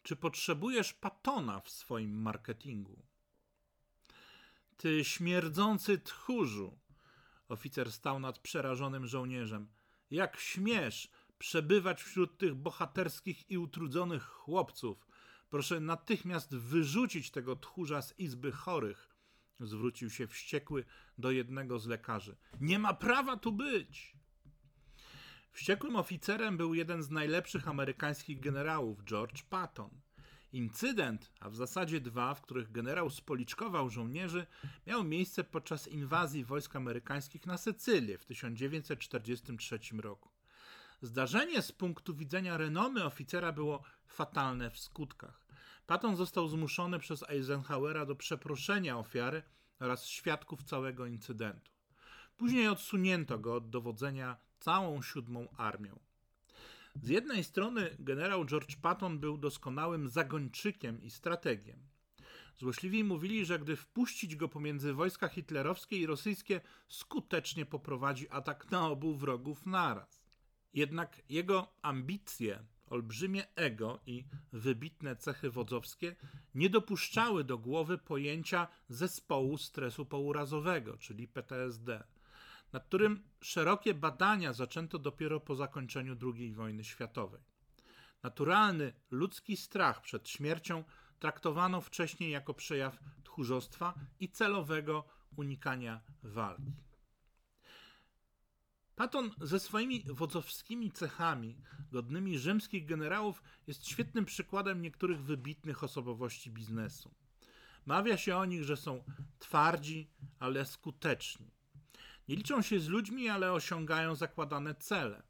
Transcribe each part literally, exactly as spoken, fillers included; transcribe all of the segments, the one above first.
Czy potrzebujesz Pattona w swoim marketingu? Ty śmierdzący tchórzu! Oficer stał nad przerażonym żołnierzem. Jak śmiesz przebywać wśród tych bohaterskich i utrudzonych chłopców? Proszę natychmiast wyrzucić tego tchórza z izby chorych. Zwrócił się wściekły do jednego z lekarzy. Nie ma prawa tu być! Wściekłym oficerem był jeden z najlepszych amerykańskich generałów, George Patton. Incydent, a w zasadzie dwa, w których generał spoliczkował żołnierzy, miał miejsce podczas inwazji wojsk amerykańskich na Sycylię w tysiąc dziewięćset czterdziestym trzecim roku. Zdarzenie z punktu widzenia renomy oficera było fatalne w skutkach. Patton został zmuszony przez Eisenhowera do przeproszenia ofiary oraz świadków całego incydentu. Później odsunięto go od dowodzenia całą siódmą armią. Z jednej strony generał George Patton był doskonałym zagończykiem i strategiem. Złośliwi mówili, że gdy wpuścić go pomiędzy wojska hitlerowskie i rosyjskie, skutecznie poprowadzi atak na obu wrogów naraz. Jednak jego ambicje, olbrzymie ego i wybitne cechy wodzowskie nie dopuszczały do głowy pojęcia zespołu stresu pourazowego, czyli P T S D, nad którym szerokie badania zaczęto dopiero po zakończeniu drugiej wojny światowej. Naturalny ludzki strach przed śmiercią traktowano wcześniej jako przejaw tchórzostwa i celowego unikania walki. Patton ze swoimi wodzowskimi cechami, godnymi rzymskich generałów, jest świetnym przykładem niektórych wybitnych osobowości biznesu. Mawia się o nich, że są twardzi, ale skuteczni. Nie liczą się z ludźmi, ale osiągają zakładane cele.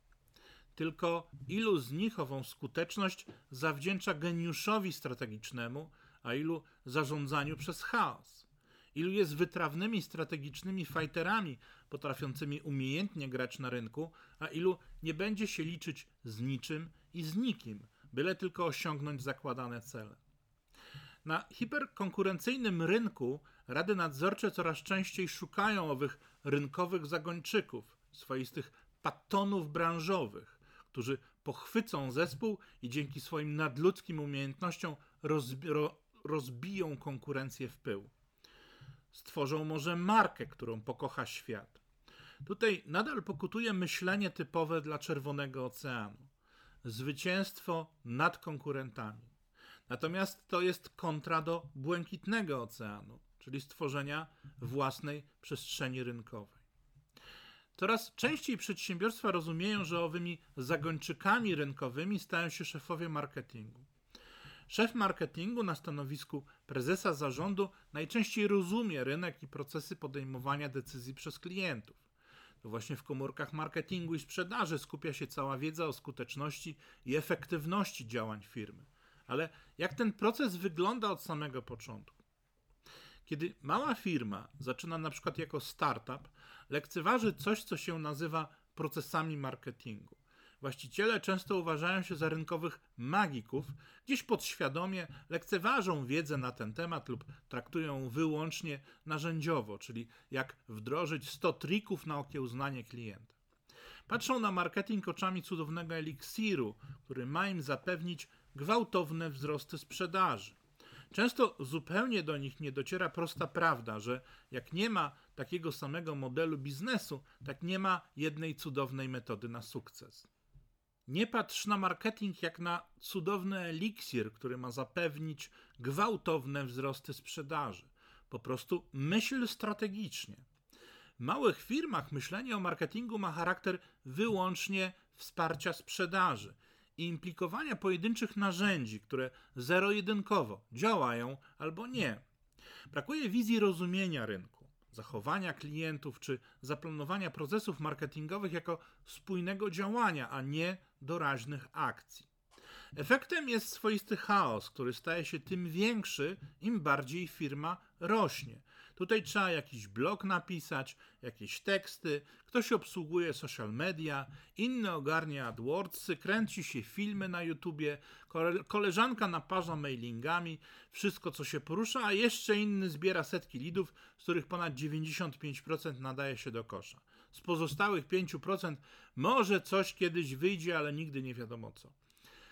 Tylko ilu z nich ową skuteczność zawdzięcza geniuszowi strategicznemu, a ilu zarządzaniu przez chaos? Ilu jest wytrawnymi strategicznymi fajterami, potrafiącymi umiejętnie grać na rynku, a ilu nie będzie się liczyć z niczym i z nikim, byle tylko osiągnąć zakładane cele. Na hiperkonkurencyjnym rynku rady nadzorcze coraz częściej szukają owych rynkowych zagończyków, swoistych pattonów branżowych, którzy pochwycą zespół i dzięki swoim nadludzkim umiejętnościom rozbi- ro- rozbiją konkurencję w pył. Stworzą może markę, którą pokocha świat. Tutaj nadal pokutuje myślenie typowe dla Czerwonego Oceanu. Zwycięstwo nad konkurentami. Natomiast to jest kontra do Błękitnego Oceanu, czyli stworzenia własnej przestrzeni rynkowej. Coraz częściej przedsiębiorstwa rozumieją, że owymi zagończykami rynkowymi stają się szefowie marketingu. Szef marketingu na stanowisku prezesa zarządu najczęściej rozumie rynek i procesy podejmowania decyzji przez klientów. To właśnie w komórkach marketingu i sprzedaży skupia się cała wiedza o skuteczności i efektywności działań firmy. Ale jak ten proces wygląda od samego początku? Kiedy mała firma zaczyna na przykład jako startup, lekceważy coś, co się nazywa procesami marketingu. Właściciele często uważają się za rynkowych magików, gdzieś podświadomie lekceważą wiedzę na ten temat lub traktują ją wyłącznie narzędziowo, czyli jak wdrożyć sto trików na okiełznanie klienta. Patrzą na marketing oczami cudownego eliksiru, który ma im zapewnić gwałtowne wzrosty sprzedaży. Często zupełnie do nich nie dociera prosta prawda, że jak nie ma takiego samego modelu biznesu, tak nie ma jednej cudownej metody na sukces. Nie patrz na marketing jak na cudowny eliksir, który ma zapewnić gwałtowne wzrosty sprzedaży. Po prostu myśl strategicznie. W małych firmach myślenie o marketingu ma charakter wyłącznie wsparcia sprzedaży i implikowania pojedynczych narzędzi, które zero-jedynkowo działają albo nie. Brakuje wizji rozumienia rynku, zachowania klientów czy zaplanowania procesów marketingowych jako spójnego działania, a nie doraźnych akcji. Efektem jest swoisty chaos, który staje się tym większy, im bardziej firma rośnie. Tutaj trzeba jakiś blog napisać, jakieś teksty, ktoś obsługuje social media, inny ogarnia AdWordsy, kręci się filmy na YouTubie, koleżanka naparza mailingami, wszystko co się porusza, a jeszcze inny zbiera setki lidów, z których ponad dziewięćdziesiąt pięć procent nadaje się do kosza. Z pozostałych pięć procent może coś kiedyś wyjdzie, ale nigdy nie wiadomo co.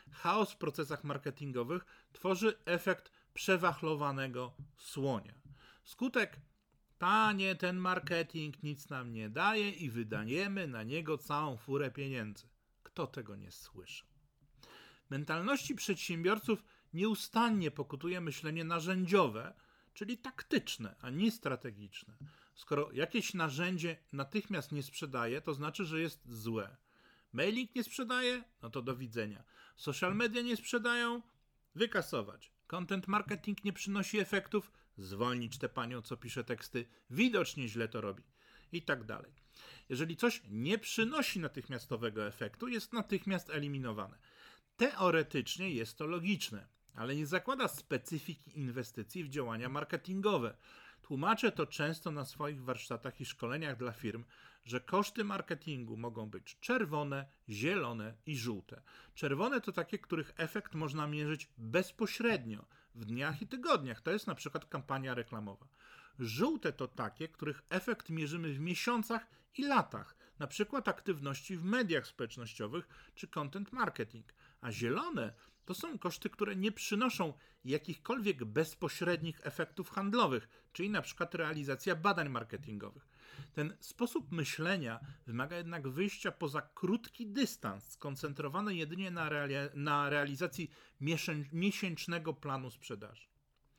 chaos w procesach marketingowych tworzy efekt przewachlowanego słonia. Skutek: panie, ten marketing nic nam nie daje i wydajemy na niego całą furę pieniędzy. Kto tego nie słyszał? W mentalności przedsiębiorców nieustannie pokutuje myślenie narzędziowe, czyli taktyczne, a nie strategiczne. Skoro jakieś narzędzie natychmiast nie sprzedaje, to znaczy, że jest złe. Mailing nie sprzedaje? No to do widzenia. Social media nie sprzedają? Wykasować. Content marketing nie przynosi efektów? Zwolnić tę panią, co pisze teksty. Widocznie źle to robi. I tak dalej. Jeżeli coś nie przynosi natychmiastowego efektu, jest natychmiast eliminowane. Teoretycznie jest to logiczne, ale nie zakłada specyfiki inwestycji w działania marketingowe. Tłumaczę to często na swoich warsztatach i szkoleniach dla firm, że koszty marketingu mogą być czerwone, zielone i żółte. Czerwone to takie, których efekt można mierzyć bezpośrednio, w dniach i tygodniach. To jest na przykład kampania reklamowa. Żółte to takie, których efekt mierzymy w miesiącach i latach, na przykład aktywności w mediach społecznościowych czy content marketing. A zielone to są koszty, które nie przynoszą jakichkolwiek bezpośrednich efektów handlowych, czyli na przykład realizacja badań marketingowych. Ten sposób myślenia wymaga jednak wyjścia poza krótki dystans, skoncentrowany jedynie na, reali- na realizacji miesię- miesięcznego planu sprzedaży.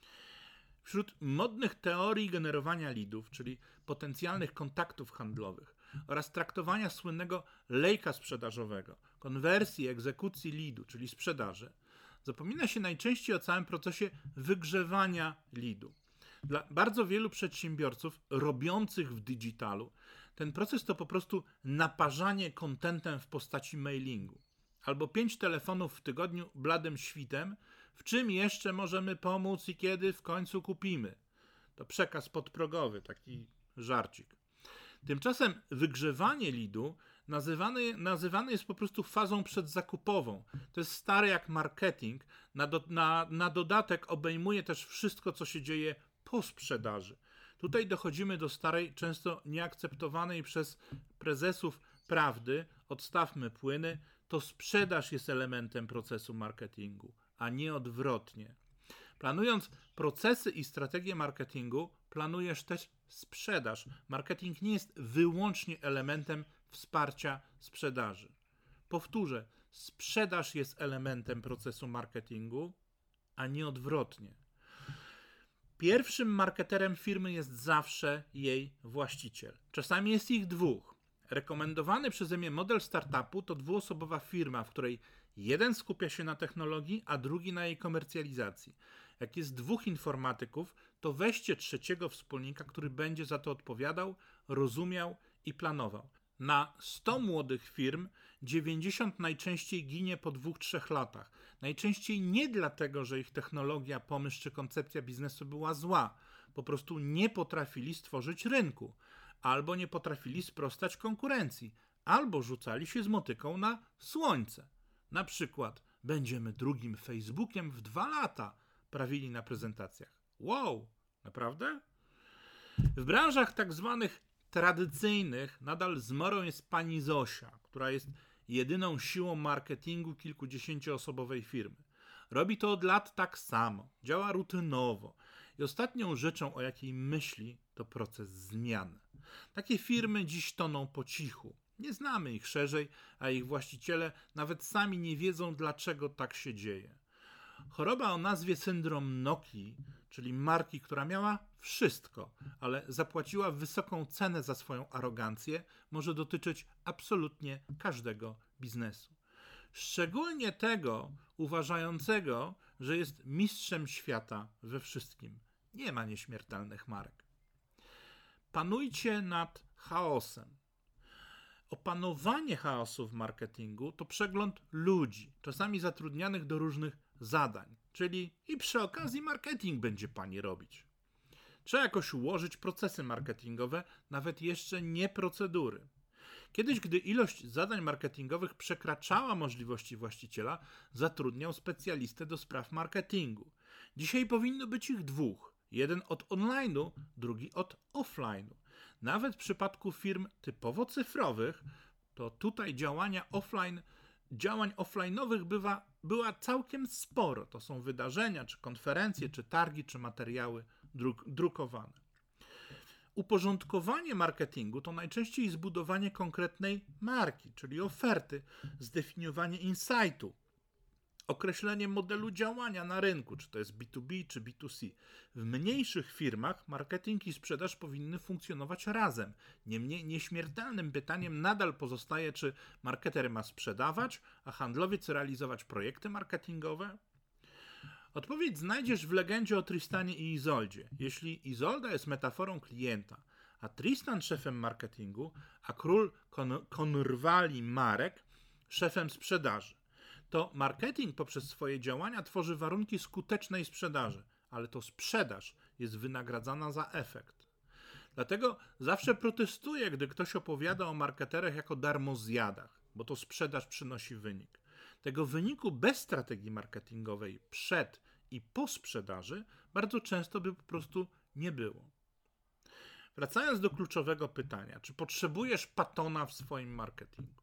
Wśród modnych teorii generowania leadów, czyli potencjalnych kontaktów handlowych oraz traktowania słynnego lejka sprzedażowego, konwersji, egzekucji leadu, czyli sprzedaży, zapomina się najczęściej o całym procesie wygrzewania leadu. Dla bardzo wielu przedsiębiorców robiących w digitalu ten proces to po prostu naparzanie kontentem w postaci mailingu. Albo pięć telefonów w tygodniu bladym świtem, w czym jeszcze możemy pomóc i kiedy w końcu kupimy. To przekaz podprogowy, taki żarcik. Tymczasem wygrzewanie leadu nazywany, nazywany jest po prostu fazą przedzakupową. To jest stare jak marketing. Na, do, na, na dodatek obejmuje też wszystko, co się dzieje po sprzedaży. Tutaj dochodzimy do starej, często nieakceptowanej przez prezesów prawdy, odstawmy płyny, to sprzedaż jest elementem procesu marketingu, a nie odwrotnie. Planując procesy i strategie marketingu, planujesz też sprzedaż. Marketing nie jest wyłącznie elementem wsparcia sprzedaży. Powtórzę, sprzedaż jest elementem procesu marketingu, a nie odwrotnie. Pierwszym marketerem firmy jest zawsze jej właściciel. Czasami jest ich dwóch. Rekomendowany przeze mnie model startupu to dwuosobowa firma, w której jeden skupia się na technologii, a drugi na jej komercjalizacji. Jak jest dwóch informatyków, to weźcie trzeciego wspólnika, który będzie za to odpowiadał, rozumiał i planował. Na sto młodych firm dziewięćdziesiąt najczęściej ginie po dwóch, trzech latach. Najczęściej nie dlatego, że ich technologia, pomysł czy koncepcja biznesu była zła. Po prostu nie potrafili stworzyć rynku. Albo nie potrafili sprostać konkurencji. Albo rzucali się z motyką na słońce. Na przykład będziemy drugim Facebookiem w dwa lata, prawili na prezentacjach. Wow, naprawdę? W branżach tak zwanych tradycyjnych nadal zmorą jest pani Zosia, która jest jedyną siłą marketingu kilkudziesięcioosobowej firmy. Robi to od lat tak samo, działa rutynowo i ostatnią rzeczą, o jakiej myśli, to proces zmian. Takie firmy dziś toną po cichu. Nie znamy ich szerzej, a ich właściciele nawet sami nie wiedzą, dlaczego tak się dzieje. Choroba o nazwie syndrom Nokii, czyli marki, która miała wszystko, ale zapłaciła wysoką cenę za swoją arogancję, może dotyczyć absolutnie każdego biznesu. Szczególnie tego uważającego, że jest mistrzem świata we wszystkim. Nie ma nieśmiertelnych marek. Panujcie nad chaosem. Opanowanie chaosu w marketingu to przegląd ludzi, czasami zatrudnianych do różnych zadań, czyli i przy okazji marketing będzie pani robić. Trzeba jakoś ułożyć procesy marketingowe, nawet jeszcze nie procedury. Kiedyś, gdy ilość zadań marketingowych przekraczała możliwości właściciela, zatrudniał specjalistę do spraw marketingu. Dzisiaj powinno być ich dwóch. Jeden od online'u, drugi od offline'u. Nawet w przypadku firm typowo cyfrowych, to tutaj działania offline działań offline'owych bywa, była całkiem sporo. To są wydarzenia, czy konferencje, czy targi, czy materiały druk, drukowane. Uporządkowanie marketingu to najczęściej zbudowanie konkretnej marki, czyli oferty, zdefiniowanie insightu, określenie modelu działania na rynku, czy to jest B dwa B, czy B dwa C. W mniejszych firmach marketing i sprzedaż powinny funkcjonować razem. Niemniej nieśmiertelnym pytaniem nadal pozostaje, czy marketer ma sprzedawać, a handlowiec realizować projekty marketingowe? Odpowiedź znajdziesz w legendzie o Tristanie i Izoldzie. Jeśli Izolda jest metaforą klienta, a Tristan szefem marketingu, a król kon- konrwali Marek szefem sprzedaży, to marketing poprzez swoje działania tworzy warunki skutecznej sprzedaży, ale to sprzedaż jest wynagradzana za efekt. Dlatego zawsze protestuję, gdy ktoś opowiada o marketerach jako darmozjadach, bo to sprzedaż przynosi wynik. Tego wyniku bez strategii marketingowej przed i po sprzedaży bardzo często by po prostu nie było. Wracając do kluczowego pytania, czy potrzebujesz Pattona w swoim marketingu?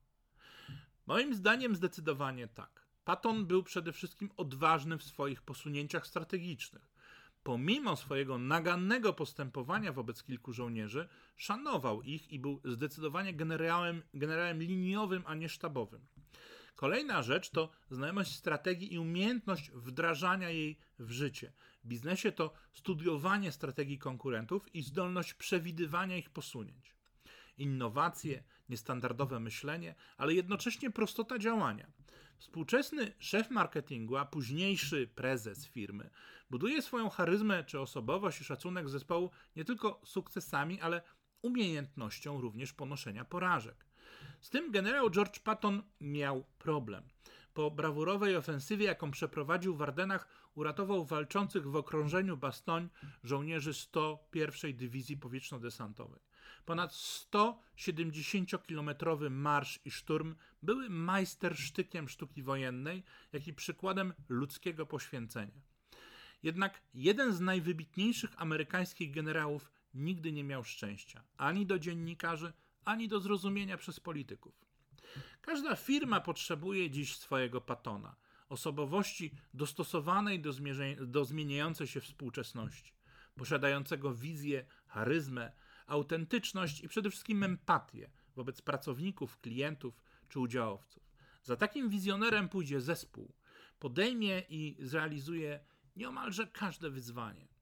Moim zdaniem zdecydowanie tak. Patton był przede wszystkim odważny w swoich posunięciach strategicznych. Pomimo swojego nagannego postępowania wobec kilku żołnierzy, szanował ich i był zdecydowanie generałem, generałem liniowym, a nie sztabowym. Kolejna rzecz to znajomość strategii i umiejętność wdrażania jej w życie. W biznesie to studiowanie strategii konkurentów i zdolność przewidywania ich posunięć. Innowacje, niestandardowe myślenie, ale jednocześnie prostota działania. Współczesny szef marketingu, a późniejszy prezes firmy, buduje swoją charyzmę czy osobowość i szacunek zespołu nie tylko sukcesami, ale umiejętnością również ponoszenia porażek. Z tym generał George Patton miał problem. Po brawurowej ofensywie, jaką przeprowadził w Ardenach, uratował walczących w okrążeniu Bastogne żołnierzy sto pierwszej Dywizji Powietrzno-Desantowej. Ponad sto siedemdziesięciokilometrowy marsz i szturm były majstersztykiem sztuki wojennej, jak i przykładem ludzkiego poświęcenia. Jednak jeden z najwybitniejszych amerykańskich generałów nigdy nie miał szczęścia ani do dziennikarzy, ani do zrozumienia przez polityków. Każda firma potrzebuje dziś swojego Pattona, osobowości dostosowanej do, zmierze- do zmieniającej się współczesności, posiadającego wizję, charyzmę, autentyczność i przede wszystkim empatię wobec pracowników, klientów czy udziałowców. Za takim wizjonerem pójdzie zespół, podejmie i zrealizuje nieomalże każde wyzwanie.